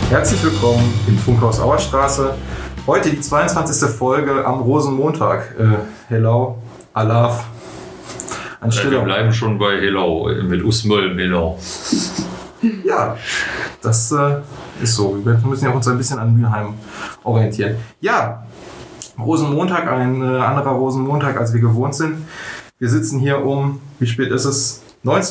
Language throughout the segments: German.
Herzlich willkommen im Funkhaus Auerstraße. Heute die 22. Folge am Rosenmontag. Hello, Alaf. Wir bleiben schon bei Hello, mit Usmöll, Hello. Ja, das ist so. Wir müssen ja uns ein bisschen an Mülheim orientieren. Ja, Rosenmontag, ein anderer Rosenmontag, als wir gewohnt sind. Wir sitzen hier wie spät ist es?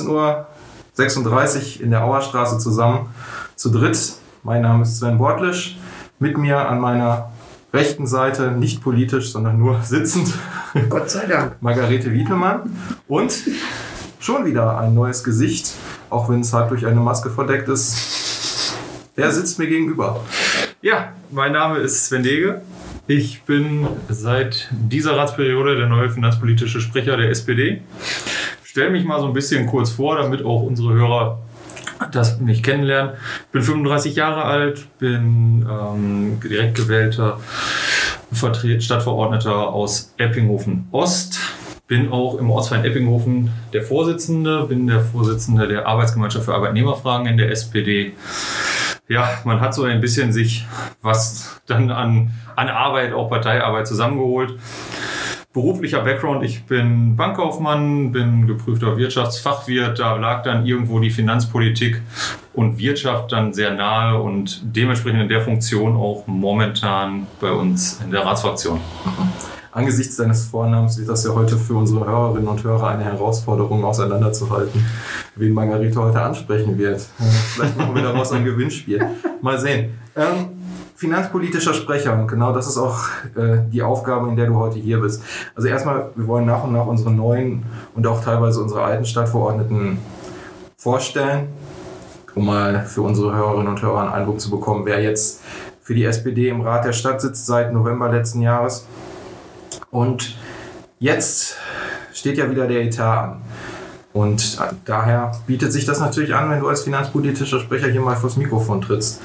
19:36 Uhr in der Auerstraße zusammen, zu dritt. Mein Name ist Sven Bortlisch. Mit mir an meiner rechten Seite, nicht politisch, sondern nur sitzend, Gott sei Dank, Margarete Wiedemann. Und schon wieder ein neues Gesicht, auch wenn es halb durch eine Maske verdeckt ist. Der sitzt mir gegenüber. Ja, mein Name ist Sven Dege. Ich bin seit dieser Ratsperiode der neue finanzpolitische Sprecher der SPD. Stell mich mal so ein bisschen kurz vor, damit auch unsere Hörer das mich kennenlernen. Ich bin 35 Jahre alt, bin direkt gewählter Stadtverordneter aus Eppinghofen-Ost. Bin auch im Ortsverein Eppinghofen der Vorsitzende, bin der Vorsitzende der Arbeitsgemeinschaft für Arbeitnehmerfragen in der SPD. Ja, man hat so ein bisschen sich was dann an Arbeit, auch Parteiarbeit zusammengeholt. Beruflicher Background, ich bin Bankkaufmann, bin geprüfter Wirtschaftsfachwirt, da lag dann irgendwo die Finanzpolitik und Wirtschaft dann sehr nahe und dementsprechend in der Funktion auch momentan bei uns in der Ratsfraktion. Angesichts deines Vornamens wird das ja heute für unsere Hörerinnen und Hörer eine Herausforderung, auseinanderzuhalten, wen Margarete heute ansprechen wird. Vielleicht machen wir daraus ein Gewinnspiel. Mal sehen. Finanzpolitischer Sprecher, und genau das ist auch die Aufgabe, in der du heute hier bist. Also erstmal, wir wollen nach und nach unsere neuen und auch teilweise unsere alten Stadtverordneten vorstellen, um mal für unsere Hörerinnen und Hörer einen Eindruck zu bekommen, wer jetzt für die SPD im Rat der Stadt sitzt seit November letzten Jahres. Und jetzt steht ja wieder der Etat an. Und daher bietet sich das natürlich an, wenn du als finanzpolitischer Sprecher hier mal vors Mikrofon trittst.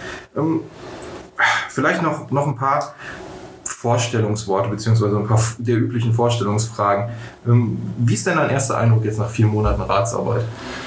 Vielleicht noch ein paar Vorstellungsworte beziehungsweise ein paar der üblichen Vorstellungsfragen. Wie ist denn dein erster Eindruck jetzt nach 4 Monaten Ratsarbeit?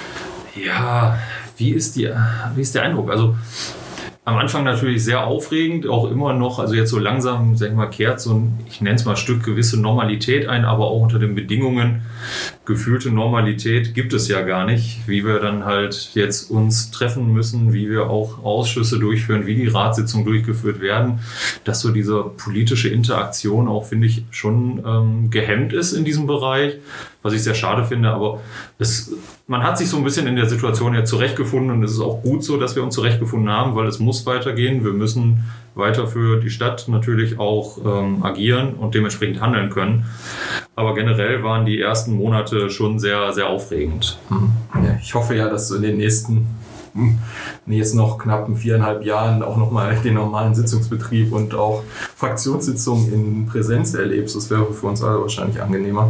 Ja, wie ist der Eindruck? Also am Anfang natürlich sehr aufregend, auch immer noch, also jetzt so langsam, sag ich mal, kehrt so ein, ich nenne es mal Stück, gewisse Normalität ein, aber auch unter den Bedingungen. Gefühlte Normalität gibt es ja gar nicht, wie wir dann halt jetzt uns treffen müssen, wie wir auch Ausschüsse durchführen, wie die Ratssitzungen durchgeführt werden, dass so diese politische Interaktion auch, finde ich, schon gehemmt ist in diesem Bereich, was ich sehr schade finde, aber man hat sich so ein bisschen in der Situation jetzt zurechtgefunden und es ist auch gut so, dass wir uns zurechtgefunden haben, weil es muss weitergehen. Wir müssen weiter für die Stadt natürlich auch agieren und dementsprechend handeln können. Aber generell waren die ersten Monate schon sehr, sehr aufregend. Ja, ich hoffe ja, dass du in den nächsten jetzt noch knappen 4,5 Jahren auch nochmal den normalen Sitzungsbetrieb und auch Fraktionssitzungen in Präsenz erlebst. Das wäre für uns alle wahrscheinlich angenehmer.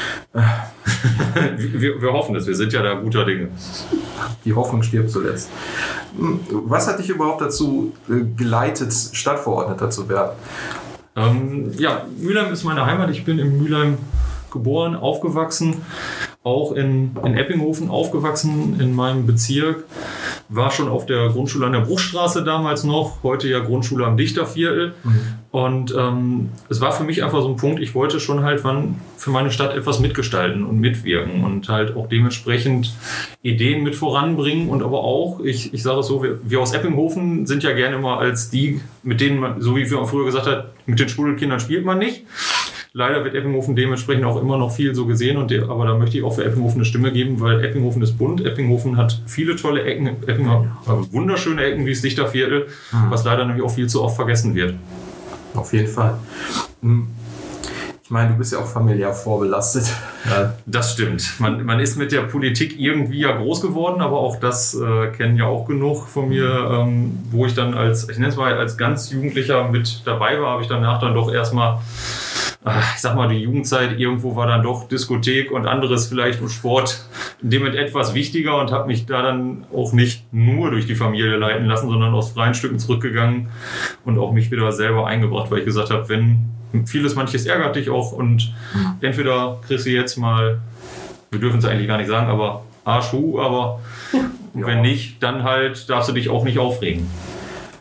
Wir hoffen es, wir sind ja da guter Dinge. Die Hoffnung stirbt zuletzt. Was hat dich überhaupt dazu geleitet, Stadtverordneter zu werden? Ja, Mülheim ist meine Heimat. Ich bin in Mülheim geboren, aufgewachsen, auch in Eppinghofen aufgewachsen, in meinem Bezirk. War schon auf der Grundschule an der Bruchstraße damals noch, heute ja Grundschule am Dichterviertel. Und es war für mich einfach so ein Punkt, ich wollte schon halt für meine Stadt etwas mitgestalten und mitwirken und halt auch dementsprechend Ideen mit voranbringen und aber auch, ich sage es so, wir aus Eppinghofen sind ja gerne immer als die, mit denen man, so wie wir früher gesagt haben, mit den Schulkindern spielt man nicht. Leider wird Eppinghofen dementsprechend auch immer noch viel so gesehen, aber da möchte ich auch für Eppinghofen eine Stimme geben, weil Eppinghofen ist bunt. Eppinghofen hat viele tolle Ecken, Eppinghofen hat wunderschöne Ecken wie das Dichterviertel, was leider nämlich auch viel zu oft vergessen wird. Auf jeden Fall. Ich meine, du bist ja auch familiär vorbelastet. Ja, das stimmt. Man ist mit der Politik irgendwie ja groß geworden, aber auch das kennen ja auch genug von mir, wo ich dann ich nenne es mal als ganz Jugendlicher mit dabei war, habe ich danach dann doch erstmal, ich sag mal, die Jugendzeit, irgendwo war dann doch Diskothek und anderes vielleicht und Sport dem etwas wichtiger und habe mich da dann auch nicht nur durch die Familie leiten lassen, sondern aus freien Stücken zurückgegangen und auch mich wieder selber eingebracht, weil ich gesagt habe, manches ärgert dich auch und entweder kriegst du jetzt mal, wir dürfen es eigentlich gar nicht sagen, aber Arschhu, aber wenn nicht, dann halt darfst du dich auch nicht aufregen.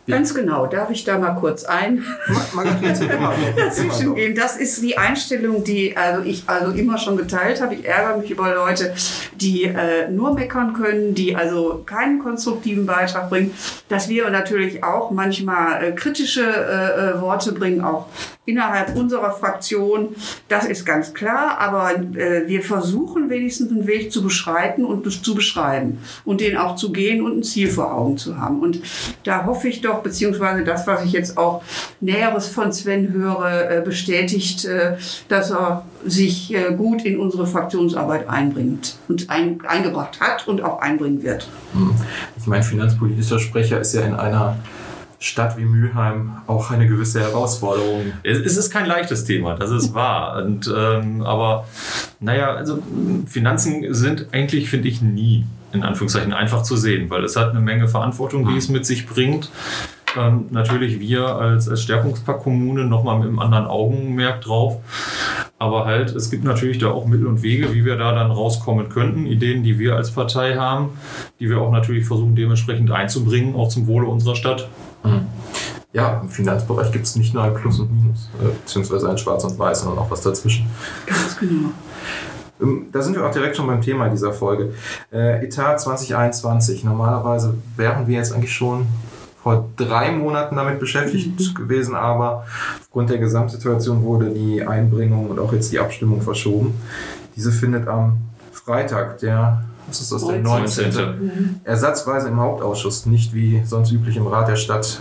Ganz genau. Darf ich da mal kurz dazwischen gehen? Das ist die Einstellung, die ich immer schon geteilt habe. Ich ärgere mich über Leute, die nur meckern können, die also keinen konstruktiven Beitrag bringen. Dass wir natürlich auch manchmal kritische Worte bringen, auch innerhalb unserer Fraktion. Das ist ganz klar. Aber wir versuchen wenigstens einen Weg zu beschreiten und zu beschreiben und den auch zu gehen und ein Ziel vor Augen zu haben. Und da hoffe ich doch, beziehungsweise das, was ich jetzt auch Näheres von Sven höre, bestätigt, dass er sich gut in unsere Fraktionsarbeit einbringt und eingebracht hat und auch einbringen wird. Ich meine, finanzpolitischer Sprecher ist ja in einer Stadt wie Mülheim auch eine gewisse Herausforderung. Es ist kein leichtes Thema, das ist wahr. Und, aber naja, also Finanzen sind eigentlich, finde ich, nie in Anführungszeichen einfach zu sehen, weil es hat eine Menge Verantwortung, die es mit sich bringt. Natürlich wir als Stärkungspakt-Kommune nochmal mit einem anderen Augenmerk drauf. Aber halt, es gibt natürlich da auch Mittel und Wege, wie wir da dann rauskommen könnten. Ideen, die wir als Partei haben, die wir auch natürlich versuchen dementsprechend einzubringen, auch zum Wohle unserer Stadt. Ja, im Finanzbereich gibt es nicht nur ein Plus und Minus, beziehungsweise ein Schwarz und Weiß, sondern auch was dazwischen. Ganz genau. Da sind wir auch direkt schon beim Thema dieser Folge. Etat 2021. Normalerweise wären wir jetzt eigentlich schon vor 3 Monaten damit beschäftigt gewesen, aber aufgrund der Gesamtsituation wurde die Einbringung und auch jetzt die Abstimmung verschoben. Diese findet am Freitag, der 19. Ersatzweise im Hauptausschuss, nicht wie sonst üblich im Rat der Stadt,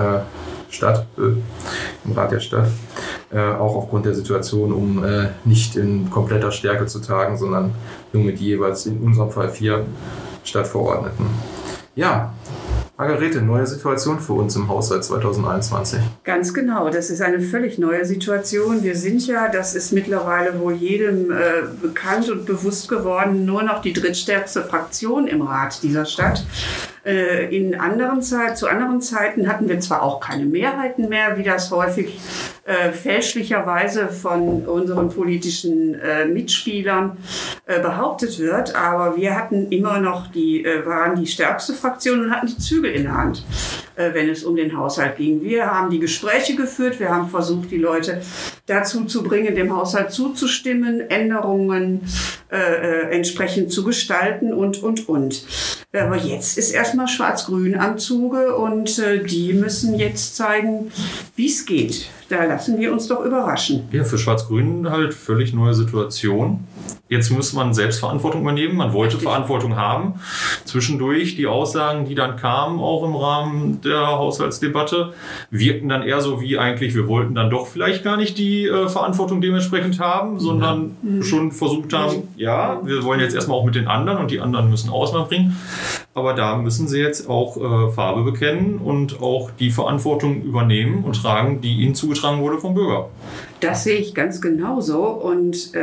auch aufgrund der Situation, um nicht in kompletter Stärke zu tagen, sondern nur mit jeweils in unserem Fall 4 Stadtverordneten. Ja, Margarete, neue Situation für uns im Haushalt 2021. Ganz genau, das ist eine völlig neue Situation. Wir sind ja, das ist mittlerweile wohl jedem bekannt und bewusst geworden, nur noch die drittstärkste Fraktion im Rat dieser Stadt. Zu anderen Zeiten hatten wir zwar auch keine Mehrheiten mehr, wie das häufig fälschlicherweise von unseren politischen Mitspielern behauptet wird, aber wir hatten immer noch waren die stärkste Fraktion und hatten die Zügel in der Hand, wenn es um den Haushalt ging. Wir haben die Gespräche geführt, wir haben versucht, die Leute dazu zu bringen, dem Haushalt zuzustimmen, Änderungen entsprechend zu gestalten und. Aber jetzt ist erstmal Schwarz-Grün am Zuge und die müssen jetzt zeigen, wie es geht. Da lassen wir uns doch überraschen. Ja, für Schwarz-Grün halt völlig neue Situation. Jetzt muss man Selbstverantwortung übernehmen. Man wollte Verantwortung haben. Zwischendurch die Aussagen, die dann kamen, auch im Rahmen der Haushaltsdebatte, wirkten dann eher so wie eigentlich, wir wollten dann doch vielleicht gar nicht die Verantwortung dementsprechend haben, sondern schon versucht haben, ja, wir wollen jetzt erstmal auch mit den anderen und die anderen müssen Ausnahme bringen. Aber da müssen sie jetzt auch Farbe bekennen und auch die Verantwortung übernehmen und tragen, die ihnen zugetragen wurde vom Bürger. Das sehe ich ganz genauso. Und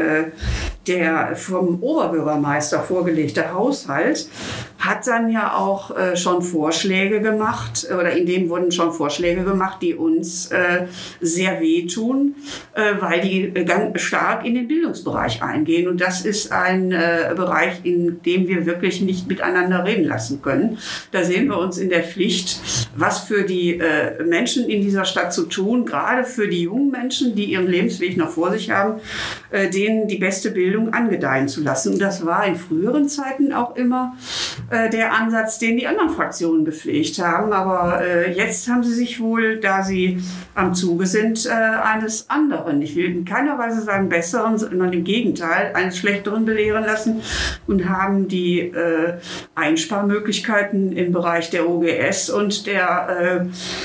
der vom Oberbürgermeister vorgelegte Haushalt hat dann ja auch schon Vorschläge gemacht, oder in dem wurden schon Vorschläge gemacht, die uns sehr wehtun, weil die ganz stark in den Bildungsbereich eingehen. Und das ist ein Bereich, in dem wir wirklich nicht miteinander reden lassen können. Da sehen wir uns in der Pflicht, was für die Menschen in dieser Stadt zu tun, gerade für die jungen Menschen, die ihren Lebensweg noch vor sich haben, denen die beste Bildung angedeihen zu lassen. Und das war in früheren Zeiten auch immer der Ansatz, den die anderen Fraktionen gepflegt haben. Aber jetzt haben sie sich wohl, da sie am Zuge sind, eines anderen, ich will in keiner Weise sagen besseren, sondern im Gegenteil, eines schlechteren belehren lassen und haben die Einsparmöglichkeiten im Bereich der OGS und der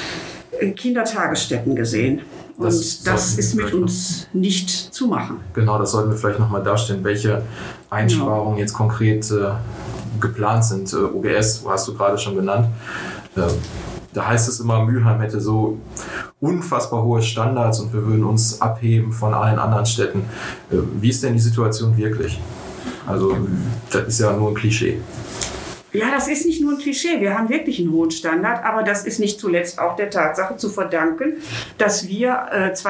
Kindertagesstätten gesehen. Und das ist mit uns nicht zu machen. Genau, das sollten wir vielleicht nochmal darstellen, welche Einsparungen jetzt konkret geplant sind. OGS hast du gerade schon genannt. Da heißt es immer, Mülheim hätte so unfassbar hohe Standards und wir würden uns abheben von allen anderen Städten. Wie ist denn die Situation wirklich? Also das ist ja nur ein Klischee. Ja, das ist nicht nur ein Klischee. Wir haben wirklich einen hohen Standard, aber das ist nicht zuletzt auch der Tatsache zu verdanken, dass wir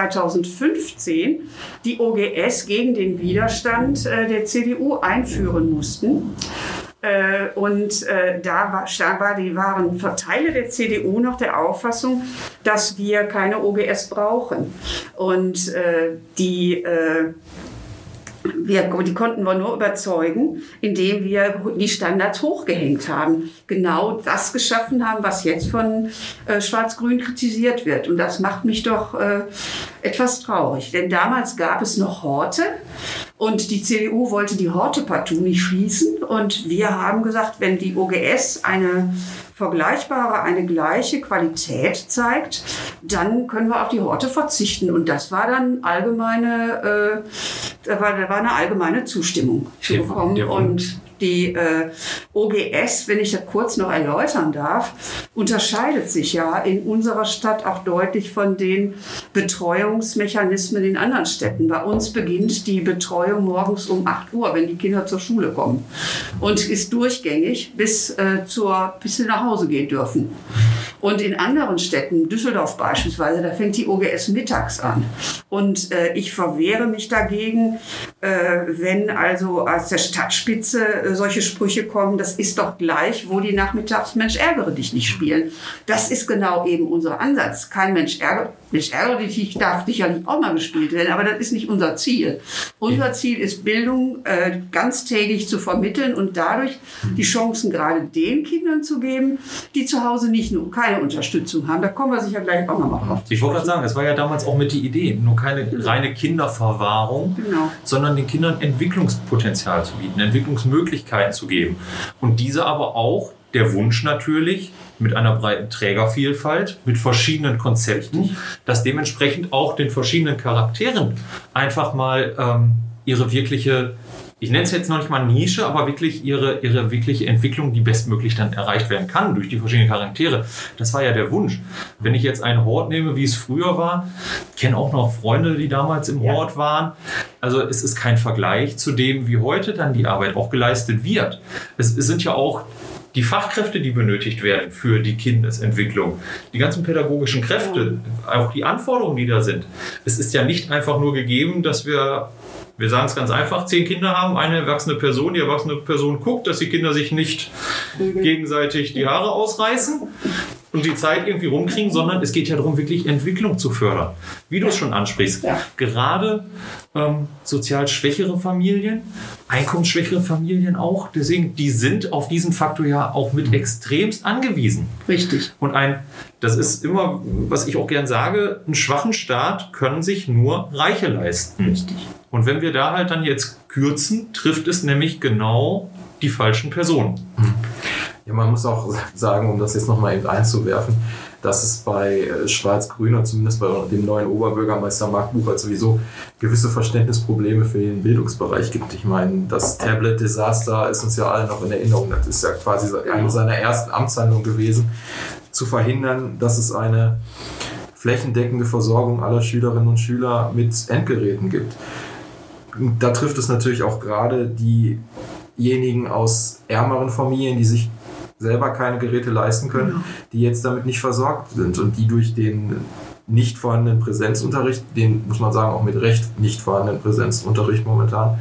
2015 die OGS gegen den Widerstand der CDU einführen mussten. waren Teile der CDU noch der Auffassung, dass wir keine OGS brauchen. Und die konnten wir nur überzeugen, indem wir die Standards hochgehängt haben. Genau das geschaffen haben, was jetzt von Schwarz-Grün kritisiert wird. Und das macht mich doch etwas traurig. Denn damals gab es noch Horte und die CDU wollte die Horte partout nicht schließen. Und wir haben gesagt, wenn die OGS eine vergleichbare, eine gleiche Qualität zeigt, dann können wir auf die Horte verzichten. Und das war dann eine allgemeine Zustimmung zu bekommen. Und die OGS, wenn ich das kurz noch erläutern darf, unterscheidet sich ja in unserer Stadt auch deutlich von den Betreuungsmechanismen in anderen Städten. Bei uns beginnt die Betreuung morgens um 8 Uhr, wenn die Kinder zur Schule kommen, und ist durchgängig bis sie nach Hause gehen dürfen. Und in anderen Städten, Düsseldorf beispielsweise, da fängt die OGS mittags an. Und ich verwehre mich dagegen, wenn also aus der Stadtspitze solche Sprüche kommen, das ist doch gleich, wo die nachmittags Mensch ärgere dich nicht spielen. Das ist genau eben unser Ansatz. Kein Mensch ärgere dich darf sicherlich auch mal gespielt werden, aber das ist nicht unser Ziel. Unser Ziel ist Bildung ganztägig zu vermitteln und dadurch die Chancen gerade den Kindern zu geben, die zu Hause keine Unterstützung haben. Da kommen wir sicher gleich auch nochmal drauf. Ich wollte gerade sagen, das war ja damals auch mit die Idee, nur keine reine Kinderverwahrung, sondern den Kindern Entwicklungspotenzial zu bieten, Entwicklungsmöglichkeiten zu geben. Und diese aber auch, der Wunsch natürlich, mit einer breiten Trägervielfalt, mit verschiedenen Konzepten, dass dementsprechend auch den verschiedenen Charakteren einfach mal ihre wirkliche, ich nenne es jetzt noch nicht mal Nische, aber wirklich ihre wirkliche Entwicklung, die bestmöglich dann erreicht werden kann durch die verschiedenen Charaktere. Das war ja der Wunsch. Wenn ich jetzt einen Hort nehme, wie es früher war, ich kenne auch noch Freunde, die damals im Hort waren. Also es ist kein Vergleich zu dem, wie heute dann die Arbeit auch geleistet wird. Es sind ja auch die Fachkräfte, die benötigt werden für die Kindesentwicklung, die ganzen pädagogischen Kräfte, auch die Anforderungen, die da sind. Es ist ja nicht einfach nur gegeben, dass wir sagen es ganz einfach, 10 Kinder haben, eine erwachsene Person. Die erwachsene Person guckt, dass die Kinder sich nicht gegenseitig die Haare ausreißen und die Zeit irgendwie rumkriegen, sondern es geht ja darum, wirklich Entwicklung zu fördern. Wie du es schon ansprichst. Ja. Gerade sozial schwächere Familien, einkommensschwächere Familien auch, deswegen, die sind auf diesen Faktor ja auch mit extremst angewiesen. Richtig. Und das ist immer, was ich auch gern sage, einen schwachen Staat können sich nur Reiche leisten. Richtig. Und wenn wir da halt dann jetzt kürzen, trifft es nämlich genau die falschen Personen. Ja, man muss auch sagen, um das jetzt nochmal eben einzuwerfen, dass es bei Schwarz-Grün und zumindest bei dem neuen Oberbürgermeister Marc Buchert sowieso gewisse Verständnisprobleme für den Bildungsbereich gibt. Ich meine, das Tablet-Desaster ist uns ja alle noch in Erinnerung. Das ist ja quasi eine seiner ersten Amtshandlungen gewesen, zu verhindern, dass es eine flächendeckende Versorgung aller Schülerinnen und Schüler mit Endgeräten gibt. Da trifft es natürlich auch gerade diejenigen aus ärmeren Familien, die sich selber keine Geräte leisten können, die jetzt damit nicht versorgt sind und die durch den nicht vorhandenen Präsenzunterricht, den muss man sagen auch mit Recht nicht vorhandenen Präsenzunterricht momentan,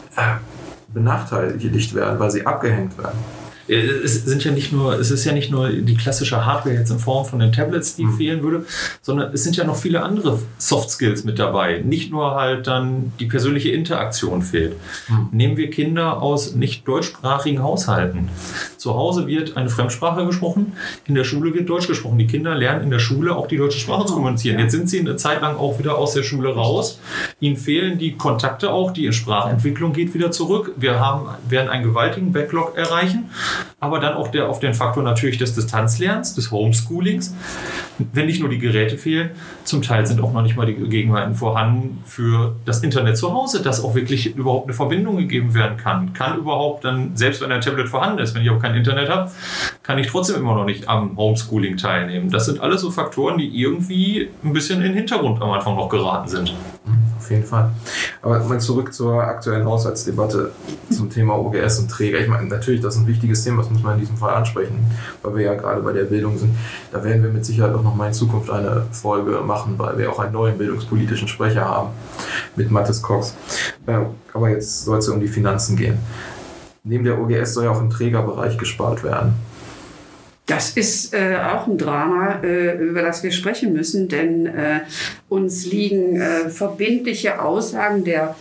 benachteiligt werden, weil sie abgehängt werden. Es ist ja nicht nur die klassische Hardware jetzt in Form von den Tablets, die fehlen würde, sondern es sind ja noch viele andere Soft Skills mit dabei. Nicht nur halt dann die persönliche Interaktion fehlt. Nehmen wir Kinder aus nicht deutschsprachigen Haushalten. Zu Hause wird eine Fremdsprache gesprochen, in der Schule wird Deutsch gesprochen. Die Kinder lernen in der Schule auch die deutsche Sprache zu kommunizieren. Jetzt sind sie eine Zeit lang auch wieder aus der Schule raus. Ihnen fehlen die Kontakte auch, die Sprachentwicklung geht wieder zurück. Wir werden einen gewaltigen Backlog erreichen. Aber dann auch auf den Faktor natürlich des Distanzlernens, des Homeschoolings. Wenn nicht nur die Geräte fehlen, zum Teil sind auch noch nicht mal die Gegebenheiten vorhanden für das Internet zu Hause, dass auch wirklich überhaupt eine Verbindung gegeben werden kann. Kann überhaupt dann, selbst wenn ein Tablet vorhanden ist, wenn ich auch kein Internet habe, kann ich trotzdem immer noch nicht am Homeschooling teilnehmen. Das sind alles so Faktoren, die irgendwie ein bisschen in den Hintergrund am Anfang noch geraten sind. Auf jeden Fall. Aber mal zurück zur aktuellen Haushaltsdebatte zum Thema OGS und Träger. Ich meine, natürlich, das ist ein wichtiges Thema, das muss man in diesem Fall ansprechen, weil wir ja gerade bei der Bildung sind. Da werden wir mit Sicherheit auch noch mal in Zukunft eine Folge machen, weil wir auch einen neuen bildungspolitischen Sprecher haben mit Mathis Cox. Aber jetzt soll es ja um die Finanzen gehen. Neben der OGS soll ja auch im Trägerbereich gespart werden. Das ist auch ein Drama, über das wir sprechen müssen, denn uns liegen verbindliche Aussagen der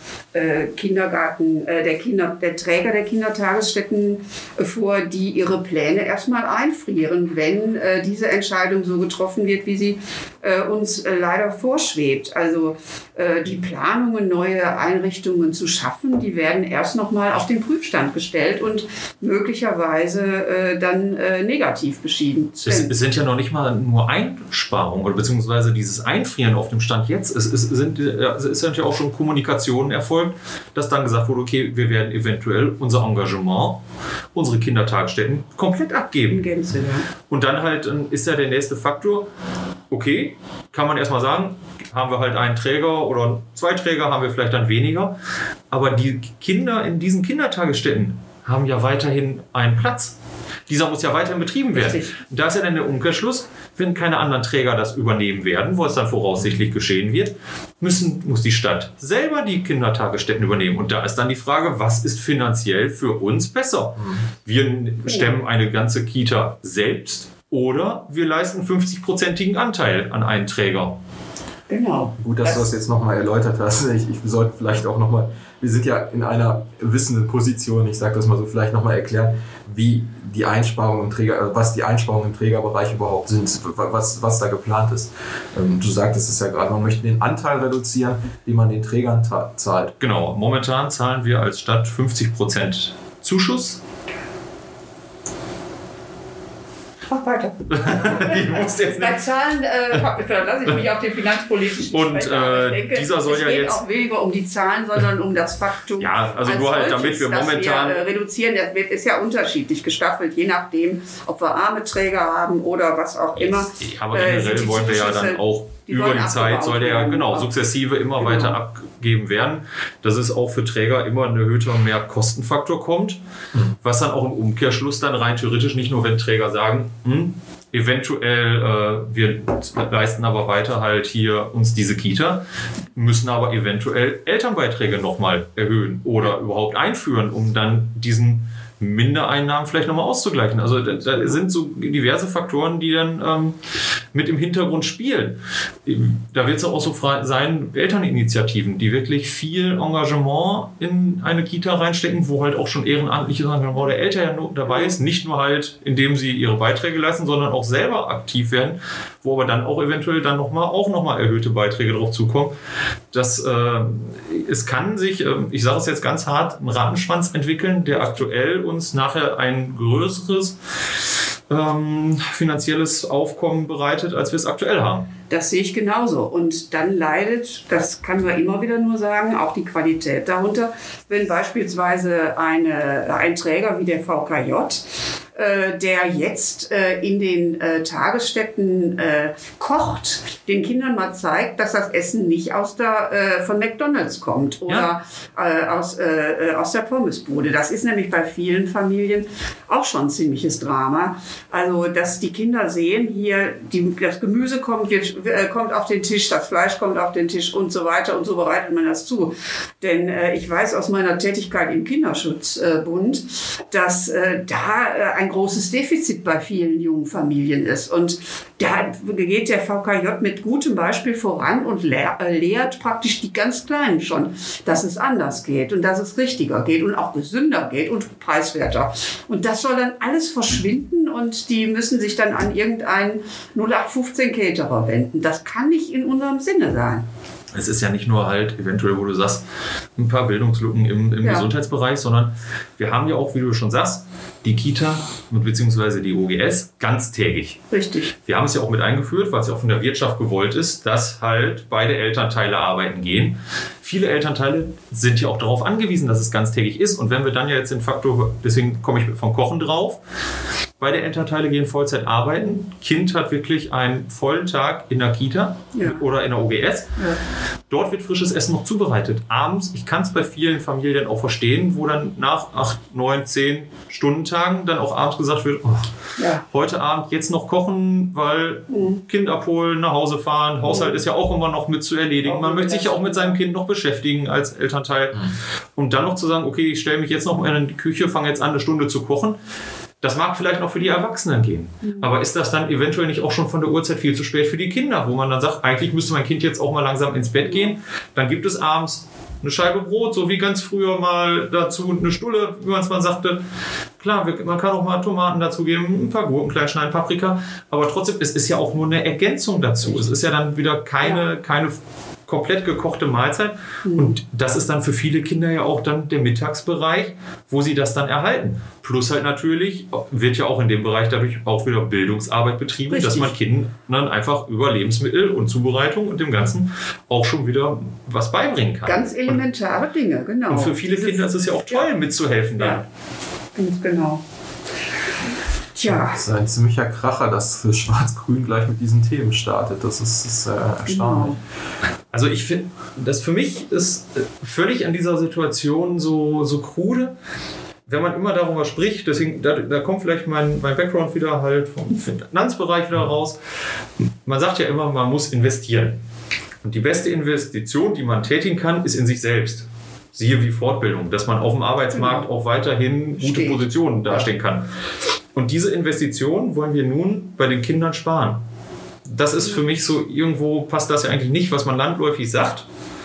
der Träger der Kindertagesstätten vor, die ihre Pläne erstmal einfrieren, wenn diese Entscheidung so getroffen wird, wie sie uns leider vorschwebt. Also die Planungen, neue Einrichtungen zu schaffen, die werden erst nochmal auf den Prüfstand gestellt und möglicherweise dann negativ beschieden. Es sind ja noch nicht mal nur Einsparungen oder beziehungsweise dieses Einfrieren auf dem Stand jetzt. Es sind ja auch schon Kommunikationen erfolgt, dass dann gesagt wurde, okay, wir werden eventuell unser Engagement, unsere Kindertagesstätten komplett abgeben. Gänze, ja. Und dann halt ist ja der nächste Faktor, okay, kann man erstmal sagen, haben wir halt einen Träger oder 2 Träger, haben wir vielleicht dann weniger. Aber die Kinder in diesen Kindertagesstätten haben ja weiterhin einen Platz. Dieser muss ja weiterhin betrieben werden. Richtig. Und da ist ja dann der Umkehrschluss, wenn keine anderen Träger das übernehmen werden, wo es dann voraussichtlich geschehen wird, muss die Stadt selber die Kindertagesstätten übernehmen. Und da ist dann die Frage, was ist finanziell für uns besser? Wir stemmen eine ganze Kita selbst oder wir leisten 50-prozentigen Anteil an einen Träger. Genau. Gut, dass du das jetzt nochmal erläutert hast. Ich sollte vielleicht auch nochmal, wir sind ja in einer wissenden Position, ich sage das mal so, vielleicht nochmal erklären, wie die Einsparungen im Träger, was die Einsparungen im Trägerbereich überhaupt sind, was da geplant ist. Du sagtest es ja gerade, man möchte den Anteil reduzieren, den man den Trägern zahlt. Genau, momentan zahlen wir als Stadt 50% Zuschuss. Mach weiter. Bei Zahlen verlasse ich mich auf den finanzpolitischen Und dieser soll ja jetzt... Es geht auch weniger um die Zahlen, sondern um das Faktum. Ja, also nur halt, damit wir momentan... Wir reduzieren, das ist ja unterschiedlich gestaffelt, je nachdem, ob wir arme Träger haben oder was auch immer. Ja, aber generell wollen wir ja dann auch über die Zeit soll der ja sukzessive immer weiter abgegeben werden, dass es auch für Träger immer ein erhöhter Mehrkostenfaktor kommt, was dann auch im Umkehrschluss dann rein theoretisch nicht nur, wenn Träger sagen, eventuell wir leisten aber weiter halt hier uns diese Kita, müssen aber eventuell Elternbeiträge nochmal erhöhen oder überhaupt einführen, um dann diesen Mindereinnahmen vielleicht nochmal auszugleichen. Also da sind so diverse Faktoren, die dann mit im Hintergrund spielen. Da wird es auch so sein, Elterninitiativen, die wirklich viel Engagement in eine Kita reinstecken, wo halt auch schon ehrenamtliches Engagement der Eltern ja dabei ist. Nicht nur halt, indem sie ihre Beiträge leisten, sondern auch selber aktiv werden, wo aber dann auch eventuell dann nochmal erhöhte Beiträge drauf zukommen. Es kann sich, ich sage es jetzt ganz hart, ein Rattenschwanz entwickeln, der aktuell uns nachher ein größeres finanzielles Aufkommen bereitet, als wir es aktuell haben. Das sehe ich genauso. Und dann leidet, das kann man immer wieder nur sagen, auch die Qualität darunter, wenn beispielsweise ein Träger wie der VKJ, der jetzt in den Tagesstätten kocht, den Kindern mal zeigt, dass das Essen nicht von McDonald's kommt oder aus der Pommesbude. Das ist nämlich bei vielen Familien auch schon ein ziemliches Drama. Also, dass die Kinder sehen, hier das Gemüse kommt auf den Tisch, das Fleisch kommt auf den Tisch und so weiter, und so bereitet man das zu. Denn ich weiß aus meiner Tätigkeit im Kinderschutzbund, dass da ein großes Defizit bei vielen jungen Familien ist. Und da geht der VKJ mit gutem Beispiel voran und lehrt praktisch die ganz Kleinen schon, dass es anders geht und dass es richtiger geht und auch gesünder geht und preiswerter. Und das soll dann alles verschwinden und die müssen sich dann an irgendeinen 0815 Caterer wenden. Das kann nicht in unserem Sinne sein. Es ist ja nicht nur halt eventuell, wo du sagst, ein paar Bildungslücken im Gesundheitsbereich, sondern wir haben ja auch, wie du schon sagst, die Kita bzw. die OGS ganztägig. Richtig. Wir haben es ja auch mit eingeführt, weil es ja auch von der Wirtschaft gewollt ist, dass halt beide Elternteile arbeiten gehen. Viele Elternteile sind ja auch darauf angewiesen, dass es ganztägig ist. Und wenn wir dann ja jetzt den Faktor, deswegen komme ich vom Kochen drauf, beide Elternteile gehen Vollzeit arbeiten. Kind hat wirklich einen vollen Tag in der Kita oder in der OGS. Ja. Dort wird frisches Essen noch zubereitet. Abends, ich kann es bei vielen Familien auch verstehen, wo dann nach 8, 9, 10 Stundentagen dann auch abends gesagt wird, heute Abend jetzt noch kochen, weil Kind abholen, nach Hause fahren, Haushalt ist ja auch immer noch mit zu erledigen. Man möchte sich ja auch mit seinem Kind noch beschäftigen als Elternteil. Und dann noch zu sagen, okay, ich stelle mich jetzt noch mal in die Küche, fange jetzt an, eine Stunde zu kochen. Das mag vielleicht noch für die Erwachsenen gehen. Aber ist das dann eventuell nicht auch schon von der Uhrzeit viel zu spät für die Kinder, wo man dann sagt, eigentlich müsste mein Kind jetzt auch mal langsam ins Bett gehen. Dann gibt es abends eine Scheibe Brot, so wie ganz früher mal dazu eine Stulle, wie man es mal sagte. Klar, man kann auch mal Tomaten dazu geben, ein paar Gurken, klein schneiden, Paprika. Aber trotzdem, es ist ja auch nur eine Ergänzung dazu. Es ist ja dann wieder keine komplett gekochte Mahlzeit. Und das ist dann für viele Kinder ja auch dann der Mittagsbereich, wo sie das dann erhalten. Plus halt natürlich wird ja auch in dem Bereich dadurch auch wieder Bildungsarbeit betrieben, dass man Kindern dann einfach über Lebensmittel und Zubereitung und dem Ganzen auch schon wieder was beibringen kann. Ganz elementare Dinge, genau. Und für viele Kinder ist es ja auch toll, mitzuhelfen dann. Ja, ganz genau. Tja. Das ist ein ziemlicher Kracher, dass Schwarz-Grün gleich mit diesen Themen startet. Das ist erstaunlich. Genau. Also ich finde, das für mich ist völlig an dieser Situation so krude, wenn man immer darüber spricht. Deswegen, da kommt vielleicht mein Background wieder halt vom Finanzbereich wieder raus. Man sagt ja immer, man muss investieren. Und die beste Investition, die man tätigen kann, ist in sich selbst. Siehe wie Fortbildung, dass man auf dem Arbeitsmarkt auch weiterhin gute Positionen dastehen kann. Und diese Investition wollen wir nun bei den Kindern sparen. Das ist für mich so, irgendwo passt das ja eigentlich nicht, was man landläufig sagt.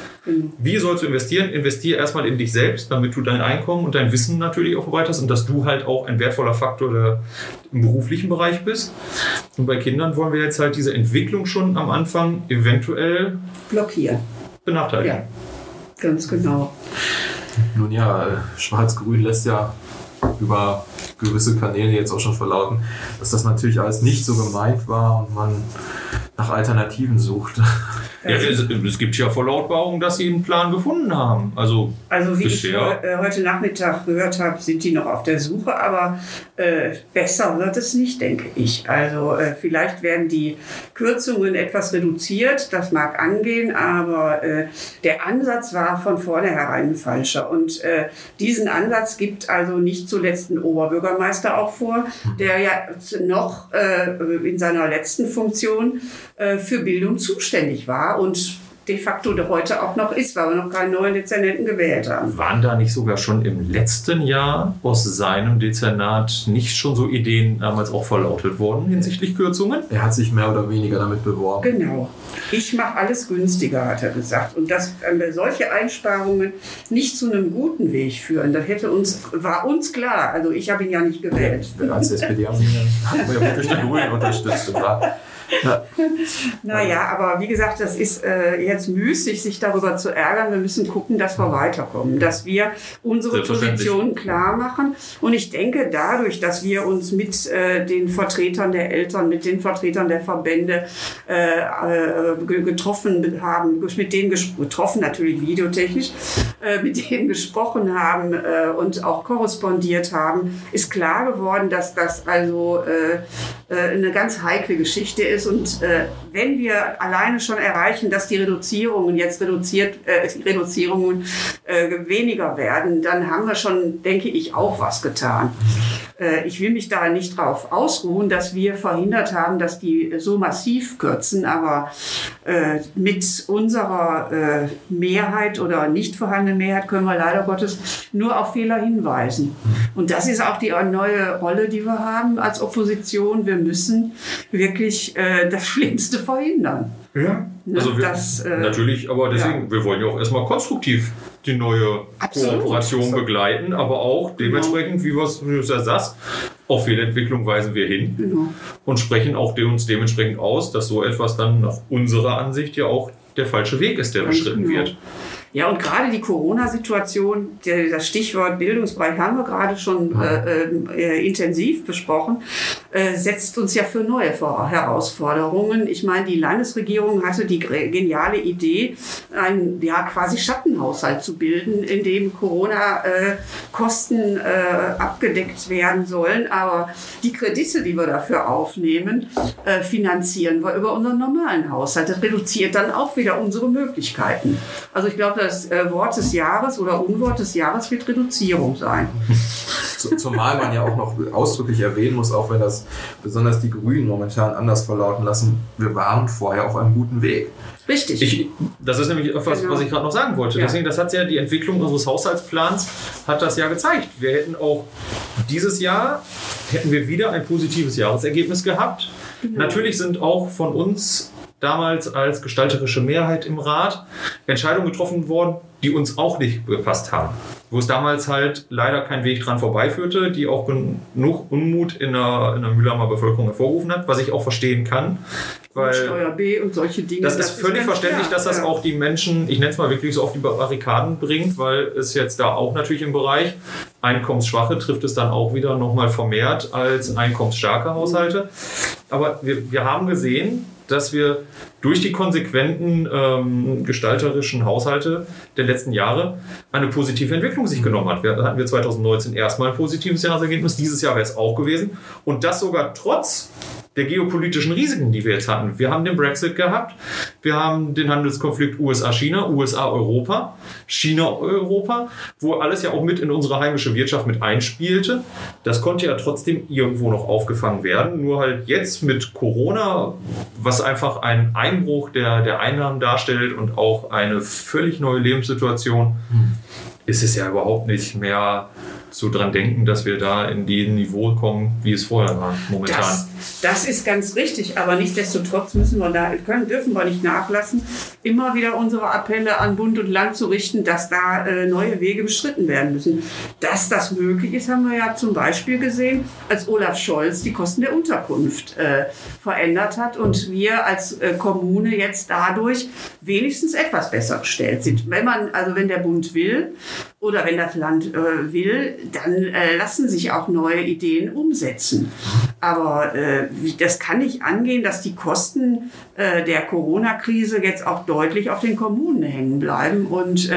Wie sollst du investieren? Investiere erstmal in dich selbst, damit du dein Einkommen und dein Wissen natürlich auch erweiterst und dass du halt auch ein wertvoller Faktor im beruflichen Bereich bist. Und bei Kindern wollen wir jetzt halt diese Entwicklung schon am Anfang eventuell blockieren. Benachteiligen. Ja, ganz genau. Nun ja, Schwarz-Grün lässt ja über gewisse Kanäle jetzt auch schon verlauten, dass das natürlich alles nicht so gemeint war und man nach Alternativen sucht. Ja, es gibt ja Verlautbarungen, dass sie einen Plan gefunden haben. Also wie bisher, ich heute Nachmittag gehört habe, sind die noch auf der Suche, aber besser wird es nicht, denke ich. Also vielleicht werden die Kürzungen etwas reduziert, das mag angehen, aber der Ansatz war von vornherein ein falscher. Und diesen Ansatz gibt also nicht zuletzt ein Oberbürgermeister auch vor, der ja noch in seiner letzten Funktion für Bildung zuständig war und de facto heute auch noch ist, weil wir noch keinen neuen Dezernenten gewählt haben. Waren da nicht sogar schon im letzten Jahr aus seinem Dezernat nicht schon so Ideen damals auch verlautet worden hinsichtlich Kürzungen? Er hat sich mehr oder weniger damit beworben. Genau. Ich mache alles günstiger, hat er gesagt. Und dass solche Einsparungen nicht zu einem guten Weg führen, das war uns klar. Also ich habe ihn ja nicht gewählt. Als SPD haben wir ja wirklich die Grünen unterstützt. Ja. Naja, aber wie gesagt, das ist jetzt müßig, sich darüber zu ärgern. Wir müssen gucken, dass wir weiterkommen, dass wir unsere Position klar machen. Und ich denke, dadurch, dass wir uns mit den Vertretern der Eltern, mit den Vertretern der Verbände getroffen haben, mit denen getroffen, natürlich videotechnisch, mit denen gesprochen haben und auch korrespondiert haben, ist klar geworden, dass das also eine ganz heikle Geschichte ist. Und wenn wir alleine schon erreichen, dass die Reduzierungen weniger werden, dann haben wir schon, denke ich, auch was getan. Ich will mich da nicht drauf ausruhen, dass wir verhindert haben, dass die so massiv kürzen, aber mit unserer Mehrheit oder nicht vorhandenen Mehrheit können wir leider Gottes nur auf Fehler hinweisen. Und das ist auch die neue Rolle, die wir haben als Opposition. Wir müssen wirklich das Schlimmste verhindern. Ja, also natürlich, aber deswegen, wir wollen ja auch erstmal konstruktiv die neue Kooperation begleiten, aber auch dementsprechend, wie du es ja sagst, auf Fehlentwicklung weisen wir hin und sprechen auch uns dementsprechend aus, dass so etwas dann nach unserer Ansicht ja auch der falsche Weg ist, der beschritten wird. Ja, und gerade die Corona-Situation, das Stichwort Bildungsbereich haben wir gerade schon intensiv besprochen. setzt uns ja für neue Herausforderungen. Ich meine, die Landesregierung hatte die geniale Idee, einen quasi Schattenhaushalt zu bilden, in dem Corona-Kosten abgedeckt werden sollen. Aber die Kredite, die wir dafür aufnehmen, finanzieren wir über unseren normalen Haushalt. Das reduziert dann auch wieder unsere Möglichkeiten. Also ich glaube, das Wort des Jahres oder Unwort des Jahres wird Reduzierung sein. Zumal man ja auch noch ausdrücklich erwähnen muss, auch wenn das besonders die Grünen momentan anders verlauten lassen, wir waren vorher auf einem guten Weg. Richtig. Das ist nämlich etwas, was ich gerade noch sagen wollte. Ja. Deswegen, das hat ja die Entwicklung unseres Haushaltsplans hat das ja gezeigt. Wir hätten auch dieses Jahr wieder ein positives Jahresergebnis gehabt. Genau. Natürlich sind auch von uns damals als gestalterische Mehrheit im Rat Entscheidungen getroffen worden, die uns auch nicht gepasst haben. Wo es damals halt leider kein Weg dran vorbeiführte, die auch genug Unmut in der Mühlheimer Bevölkerung hervorgerufen hat, was ich auch verstehen kann. Weil Steuer B und solche Dinge. Das ist völlig verständlich, dass das auch die Menschen, ich nenne es mal wirklich so, auf die Barrikaden bringt, weil es jetzt da auch natürlich im Bereich Einkommensschwache trifft es dann auch wieder nochmal vermehrt als einkommensstarke Haushalte. Aber wir haben gesehen, dass wir durch die konsequenten gestalterischen Haushalte der letzten Jahre eine positive Entwicklung sich genommen hat. Da hatten wir 2019 erstmal ein positives Jahresergebnis, dieses Jahr wäre es auch gewesen. Und das sogar trotz der geopolitischen Risiken, die wir jetzt hatten. Wir haben den Brexit gehabt, wir haben den Handelskonflikt USA-China, USA-Europa, China-Europa, wo alles ja auch mit in unsere heimische Wirtschaft mit einspielte. Das konnte ja trotzdem irgendwo noch aufgefangen werden. Nur halt jetzt mit Corona, was einfach einen Einbruch der Einnahmen darstellt und auch eine völlig neue Lebenssituation, ist es ja überhaupt nicht mehr so dran denken, dass wir da in dem Niveau kommen, wie es vorher war, momentan. Das ist ganz richtig, aber nichtsdestotrotz dürfen wir nicht nachlassen, immer wieder unsere Appelle an Bund und Land zu richten, dass da neue Wege beschritten werden müssen. Dass das möglich ist, haben wir ja zum Beispiel gesehen, als Olaf Scholz die Kosten der Unterkunft verändert hat und wir als Kommune jetzt dadurch wenigstens etwas besser gestellt sind. Wenn der Bund will oder wenn das Land will, dann lassen sich auch neue Ideen umsetzen. Aber das kann nicht angehen, dass die Kosten der Corona-Krise jetzt auch deutlich auf den Kommunen hängen bleiben und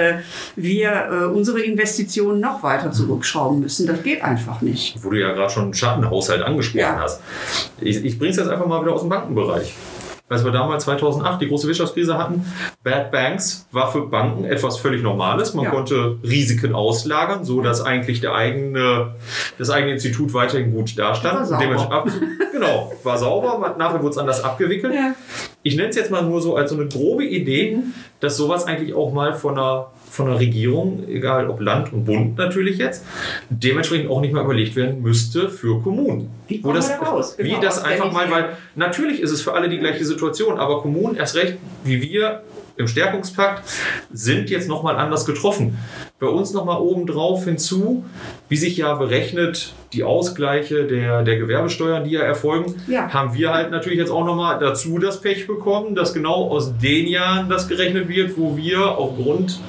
wir unsere Investitionen noch weiter zurückschrauben müssen. Das geht einfach nicht. Wo du ja gerade schon einen Schattenhaushalt angesprochen hast. Ich bringe es jetzt einfach mal wieder aus dem Bankenbereich. Als wir damals 2008 die große Wirtschaftskrise hatten, Bad Banks war für Banken etwas völlig Normales. Man konnte Risiken auslagern, so dass eigentlich das eigene Institut weiterhin gut dastand. Genau, war sauber. Nachher wurde es anders abgewickelt. Ja. Ich nenne es jetzt mal nur so als so eine grobe Idee, dass sowas eigentlich auch mal von der Regierung, egal ob Land und Bund natürlich jetzt, dementsprechend auch nicht mal überlegt werden müsste für Kommunen. Wie das einfach mal, weil natürlich ist es für alle die gleiche Situation, aber Kommunen erst recht wie wir im Stärkungspakt sind jetzt nochmal anders getroffen. Bei uns nochmal obendrauf hinzu, wie sich ja berechnet, die Ausgleiche der Gewerbesteuern, die ja erfolgen, haben wir halt natürlich jetzt auch nochmal dazu das Pech bekommen, dass genau aus den Jahren das gerechnet wird, wo wir aufgrund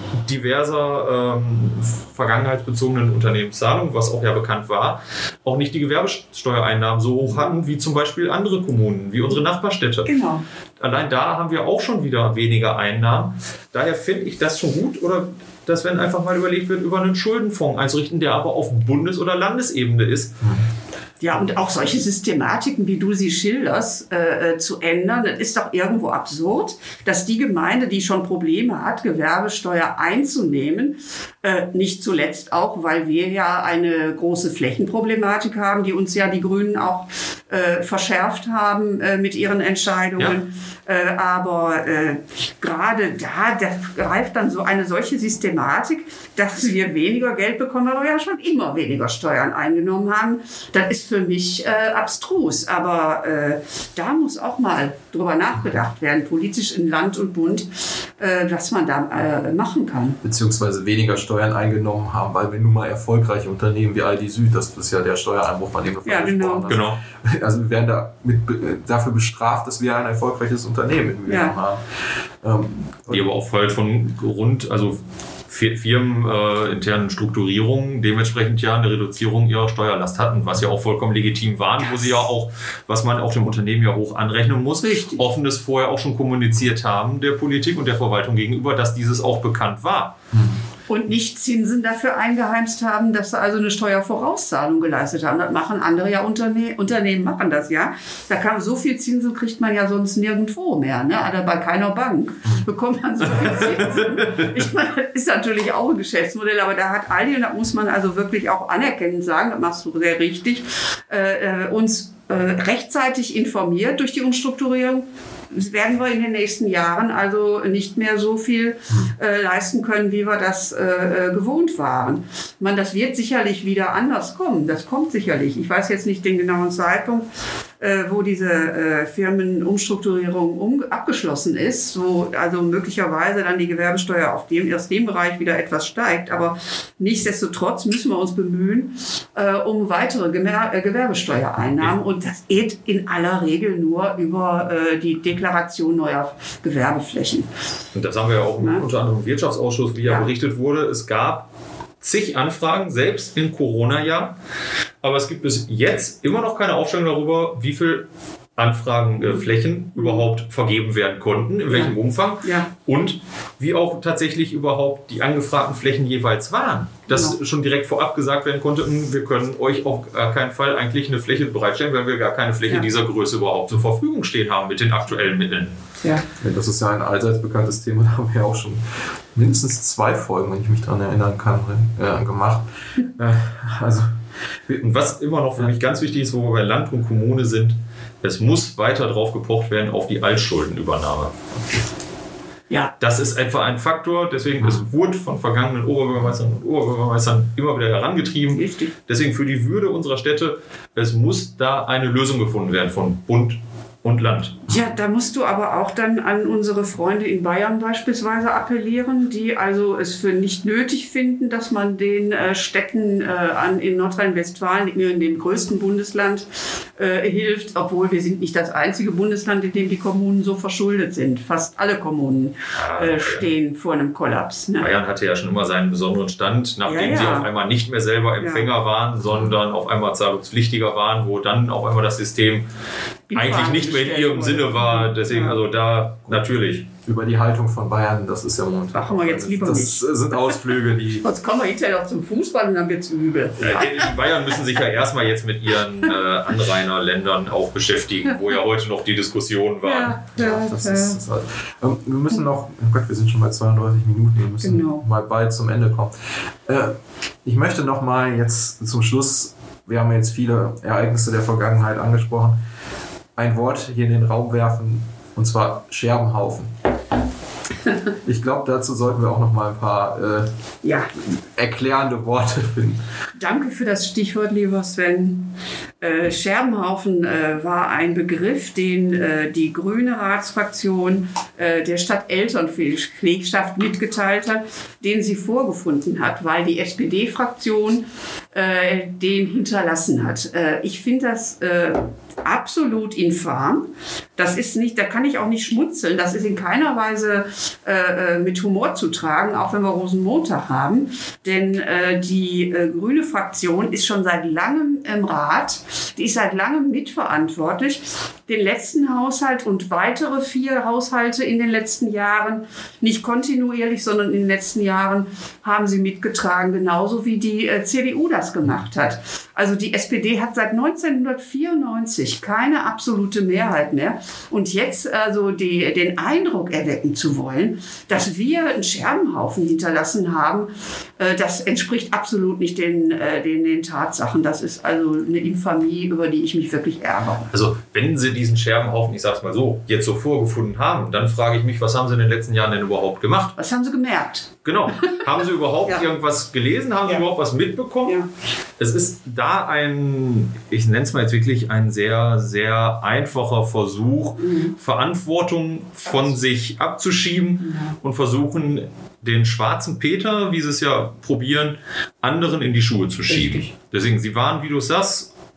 diverser vergangenheitsbezogenen Unternehmenszahlungen, was auch ja bekannt war, auch nicht die Gewerbesteuereinnahmen so hoch hatten wie zum Beispiel andere Kommunen, wie unsere Nachbarstädte. Genau. Allein da haben wir auch schon wieder weniger Einnahmen. Daher finde ich das schon gut, oder dass wenn einfach mal überlegt wird, über einen Schuldenfonds einzurichten, der aber auf Bundes- oder Landesebene ist. Ja, und auch solche Systematiken, wie du sie schilderst, zu ändern, das ist doch irgendwo absurd, dass die Gemeinde, die schon Probleme hat, Gewerbesteuer einzunehmen, nicht zuletzt auch, weil wir ja eine große Flächenproblematik haben, die uns ja die Grünen auch verschärft haben mit ihren Entscheidungen. Ja. Aber gerade da greift dann so eine solche Systematik, dass wir weniger Geld bekommen, weil wir ja schon immer weniger Steuern eingenommen haben. Das ist für mich abstrus. Aber da muss auch mal drüber nachgedacht werden, politisch in Land und Bund, was man da machen kann. Beziehungsweise weniger Steuern eingenommen haben, weil wir nun mal erfolgreiche Unternehmen wie Aldi Süd, das ist ja der Steuereinbruch, von dem wir vorhin gesprochen haben. Genau. Also wir werden dafür bestraft, dass wir ein erfolgreiches Unternehmen in Mühlheim haben. Die aber auch halt von firmeninternen Strukturierungen dementsprechend ja eine Reduzierung ihrer Steuerlast hatten, was ja auch vollkommen legitim waren, wo sie ja auch, was man auch dem Unternehmen ja hoch anrechnen muss, offenes vorher auch schon kommuniziert haben der Politik und der Verwaltung gegenüber, dass dieses auch bekannt war. Und nicht Zinsen dafür eingeheimst haben, dass sie also eine Steuervorauszahlung geleistet haben. Das machen andere ja, Unternehmen machen das ja. Da kann so viel Zinsen kriegt man ja sonst nirgendwo mehr. Ne? Also bei keiner Bank bekommt man so viel Zinsen. Ich meine, das ist natürlich auch ein Geschäftsmodell, aber da hat Aldi, und das muss man also wirklich auch anerkennend sagen, das machst du sehr richtig, uns rechtzeitig informiert durch die Umstrukturierung. Werden wir in den nächsten Jahren also nicht mehr so viel leisten können, wie wir das gewohnt waren. Das wird sicherlich wieder anders kommen. Das kommt sicherlich. Ich weiß jetzt nicht den genauen Zeitpunkt, wo diese Firmenumstrukturierung abgeschlossen ist, wo also möglicherweise dann die Gewerbesteuer aus dem Bereich wieder etwas steigt. Aber nichtsdestotrotz müssen wir uns bemühen um weitere Gewerbesteuereinnahmen. Und das geht in aller Regel nur über die Deklaration neuer Gewerbeflächen. Und das haben wir ja auch unter anderem im Wirtschaftsausschuss, wie ja berichtet wurde. Es gab zig Anfragen, selbst im Corona-Jahr. Aber es gibt bis jetzt immer noch keine Aufstellung darüber, wie viel Anfragenflächen überhaupt vergeben werden konnten, in welchem Umfang und wie auch tatsächlich überhaupt die angefragten Flächen jeweils waren. Dass schon direkt vorab gesagt werden konnte, wir können euch auf gar keinen Fall eigentlich eine Fläche bereitstellen, weil wir gar keine Fläche dieser Größe überhaupt zur Verfügung stehen haben mit den aktuellen Mitteln. Ja, das ist ja ein allseits bekanntes Thema, da haben wir auch schon mindestens 2 Folgen, wenn ich mich daran erinnern kann, gemacht. Und was immer noch für mich ganz wichtig ist, wo wir bei Land und Kommune sind, es muss weiter drauf gepocht werden auf die Altschuldenübernahme. Ja. Das ist einfach ein Faktor, deswegen es wurde von vergangenen Oberbürgermeistern und Oberbürgermeistern immer wieder herangetrieben. Richtig. Deswegen für die Würde unserer Städte, es muss da eine Lösung gefunden werden von Bund und Land. Ja, da musst du aber auch dann an unsere Freunde in Bayern beispielsweise appellieren, die also es für nicht nötig finden, dass man den Städten in Nordrhein-Westfalen, in dem größten Bundesland, hilft, obwohl wir sind nicht das einzige Bundesland, in dem die Kommunen so verschuldet sind. Fast alle Kommunen stehen vor einem Kollaps. Ne? Bayern hatte ja schon immer seinen besonderen Stand, nachdem sie auf einmal nicht mehr selber Empfänger waren, sondern auf einmal zahlungspflichtiger waren, wo dann auf einmal das System eigentlich nicht mehr in ihrem Sinne war. Deswegen, also da natürlich. Über die Haltung von Bayern, das ist ja momentan. Machen wir jetzt lieber nicht. Das sind Ausflüge, die. Jetzt kommen wir hinterher noch zum Fußball und dann wird es übel. Die Bayern müssen sich ja erstmal jetzt mit ihren Anrainerländern auch beschäftigen, wo ja heute noch die Diskussionen waren. Das ist halt. Wir müssen noch, oh Gott, wir sind schon bei 32 Minuten, wir müssen mal bald zum Ende kommen. Ich möchte noch mal jetzt zum Schluss, wir haben jetzt viele Ereignisse der Vergangenheit angesprochen, ein Wort hier in den Raum werfen, und zwar Scherbenhaufen. Ich glaube, dazu sollten wir auch noch mal ein paar erklärende Worte finden. Danke für das Stichwort, lieber Sven. Scherbenhaufen war ein Begriff, den die grüne Ratsfraktion der Stadt Elternpflegschaft mitgeteilt hat, den sie vorgefunden hat, weil die SPD-Fraktion den hinterlassen hat. Ich finde das absolut infam. Das ist nicht, da kann ich auch nicht schmunzeln. Das ist in keiner Weise mit Humor zu tragen, auch wenn wir Rosenmontag haben. Denn die grüne Fraktion ist schon seit langem im Rat. Die ist seit langem mitverantwortlich. Den letzten Haushalt und weitere 4 Haushalte in den letzten Jahren, nicht kontinuierlich, sondern in den letzten Jahren haben sie mitgetragen, genauso wie die CDU das gemacht hat. Also die SPD hat seit 1994 keine absolute Mehrheit mehr. Und jetzt also den Eindruck erwecken zu wollen, dass wir einen Scherbenhaufen hinterlassen haben, das entspricht absolut nicht den Tatsachen. Das ist also eine Infamie, über die ich mich wirklich ärgere. Also wenn Sie diesen Scherbenhaufen, ich sag's mal so, jetzt so vorgefunden haben, dann frage ich mich, was haben Sie in den letzten Jahren denn überhaupt gemacht? Was haben Sie gemerkt? Genau. Haben Sie überhaupt irgendwas gelesen? Haben Sie überhaupt was mitbekommen? Ja. Es ist da ich nenne es mal jetzt wirklich ein sehr, sehr einfacher Versuch, Verantwortung von sich abzuschieben und versuchen, den schwarzen Peter, wie sie es ja probieren, anderen in die Schuhe zu schieben. Richtig. Deswegen, sie waren, wie du sagst,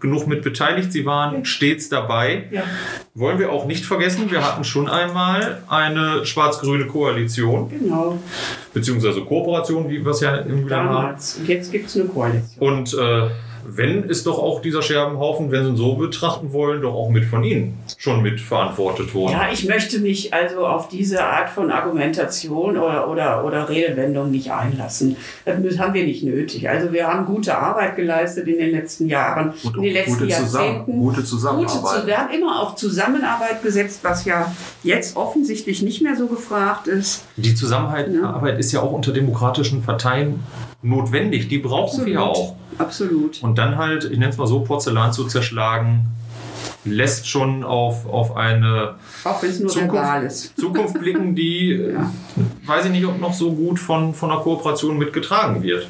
genug mit beteiligt. Sie waren stets dabei. Ja. Wollen wir auch nicht vergessen, wir hatten schon einmal eine schwarz-grüne Koalition, Genau, beziehungsweise Kooperation, wie wir es ja im Mühlheim haben. damals. Und jetzt gibt es eine Koalition. Und wenn ist doch auch dieser Scherbenhaufen, wenn Sie ihn so betrachten wollen, doch auch mit von Ihnen schon mitverantwortet worden. Ja, ich möchte mich also auf diese Art von Argumentation oder Redewendung nicht einlassen. Das haben wir nicht nötig. Also wir haben gute Arbeit geleistet in den letzten Jahren, Und in den letzten gute Jahrzehnten. Gute Zusammenarbeit. Wir haben immer auf Zusammenarbeit gesetzt, was ja jetzt offensichtlich nicht mehr so gefragt ist. Die Zusammenarbeit ist ja auch unter demokratischen Parteien notwendig. Die brauchen wir ja auch. Absolut. Und dann halt, ich nenne es mal so, Porzellan zu zerschlagen, lässt schon auf eine Auch wenn es nur verbal ist. Zukunft blicken, die, weiß ich nicht, ob noch so gut von der Kooperation mitgetragen wird.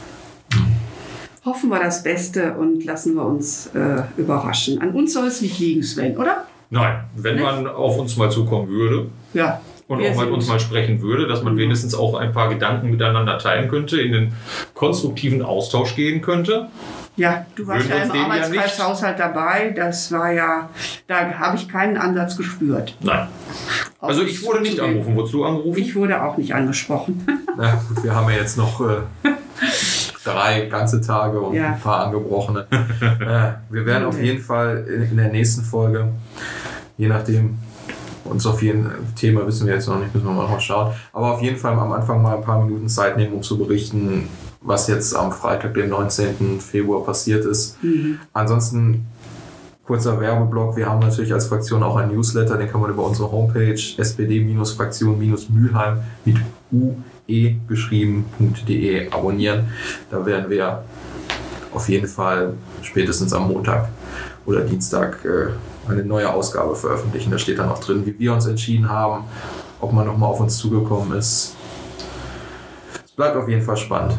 Hoffen wir das Beste und lassen wir uns überraschen. An uns soll es nicht liegen, Sven, oder? Nein, wenn man auf uns mal zukommen würde Ja. und wir auch mit sind- uns mal sprechen würde, dass man wenigstens auch ein paar Gedanken miteinander teilen könnte, in den konstruktiven Austausch gehen könnte. Ja, du warst Würden ja uns im den ja Arbeitskreishaushalt dabei. Das war ja, da habe ich keinen Ansatz gespürt. Nein. Also ich wurde nicht angerufen. Wurdest du angerufen? Ich wurde auch nicht angesprochen. Na gut, wir haben ja jetzt noch 3 ganze Tage und Ja. ein paar angebrochene. Wir werden auf jeden Fall in der nächsten Folge, je nachdem, uns auf jeden Thema wissen wir jetzt noch nicht, müssen wir mal schauen, aber auf jeden Fall am Anfang mal ein paar Minuten Zeit nehmen, um zu berichten, was jetzt am Freitag, dem 19. Februar passiert ist. Ansonsten kurzer Werbeblock. Wir haben natürlich als Fraktion auch einen Newsletter, den kann man über unsere Homepage spd-fraktion-mülheim mit UE geschrieben.de abonnieren. Da werden wir auf jeden Fall spätestens am Montag oder Dienstag eine neue Ausgabe veröffentlichen. Da steht dann auch drin, wie wir uns entschieden haben, ob man nochmal auf uns zugekommen ist. Es bleibt auf jeden Fall spannend.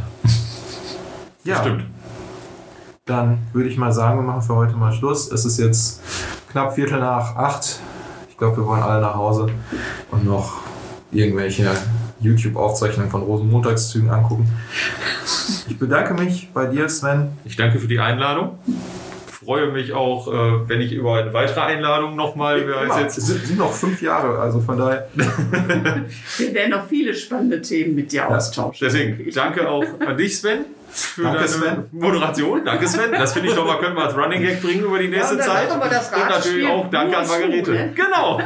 Ja, Stimmt. dann würde ich mal sagen, wir machen für heute mal Schluss. Es ist jetzt knapp 7:45. Ich glaube, wir wollen alle nach Hause und noch irgendwelche YouTube-Aufzeichnungen von Rosenmontagszügen angucken. Ich bedanke mich bei dir, Sven. Ich danke für die Einladung. Freue mich auch, wenn ich über eine weitere Einladung nochmal... Es sind noch 5 Jahre, also von daher. Wir werden noch viele spannende Themen mit dir austauschen. Deswegen danke auch an dich, Sven, für Danke, deine Sven. Moderation. Danke, Sven. Das finde ich doch mal, können wir als Running Gag bringen über die nächste und dann Zeit. machen wir das Und natürlich Ratespiel auch danke an nur zu, Margarete. ne? Genau.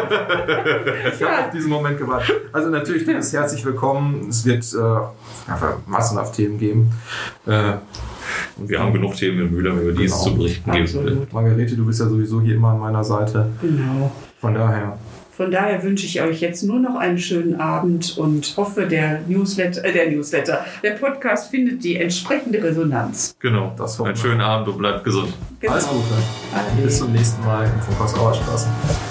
Ich habe auf diesen Moment gewartet. Also natürlich, du bist herzlich willkommen. Es wird einfach massenhaft Themen geben. Und wir haben genug Themen in Mühlheim, über die es Genau. zu berichten gibt. Absolut. Margarete, du bist ja sowieso hier immer an meiner Seite. Genau. Von daher. Von daher wünsche ich euch jetzt nur noch einen schönen Abend und hoffe, der Podcast findet die entsprechende Resonanz. Genau. Das hoffen Einen wir. schönen Abend und bleibt gesund. Genau. Alles Gute. Ade. Bis zum nächsten Mal im Funkhaus Auerstraße.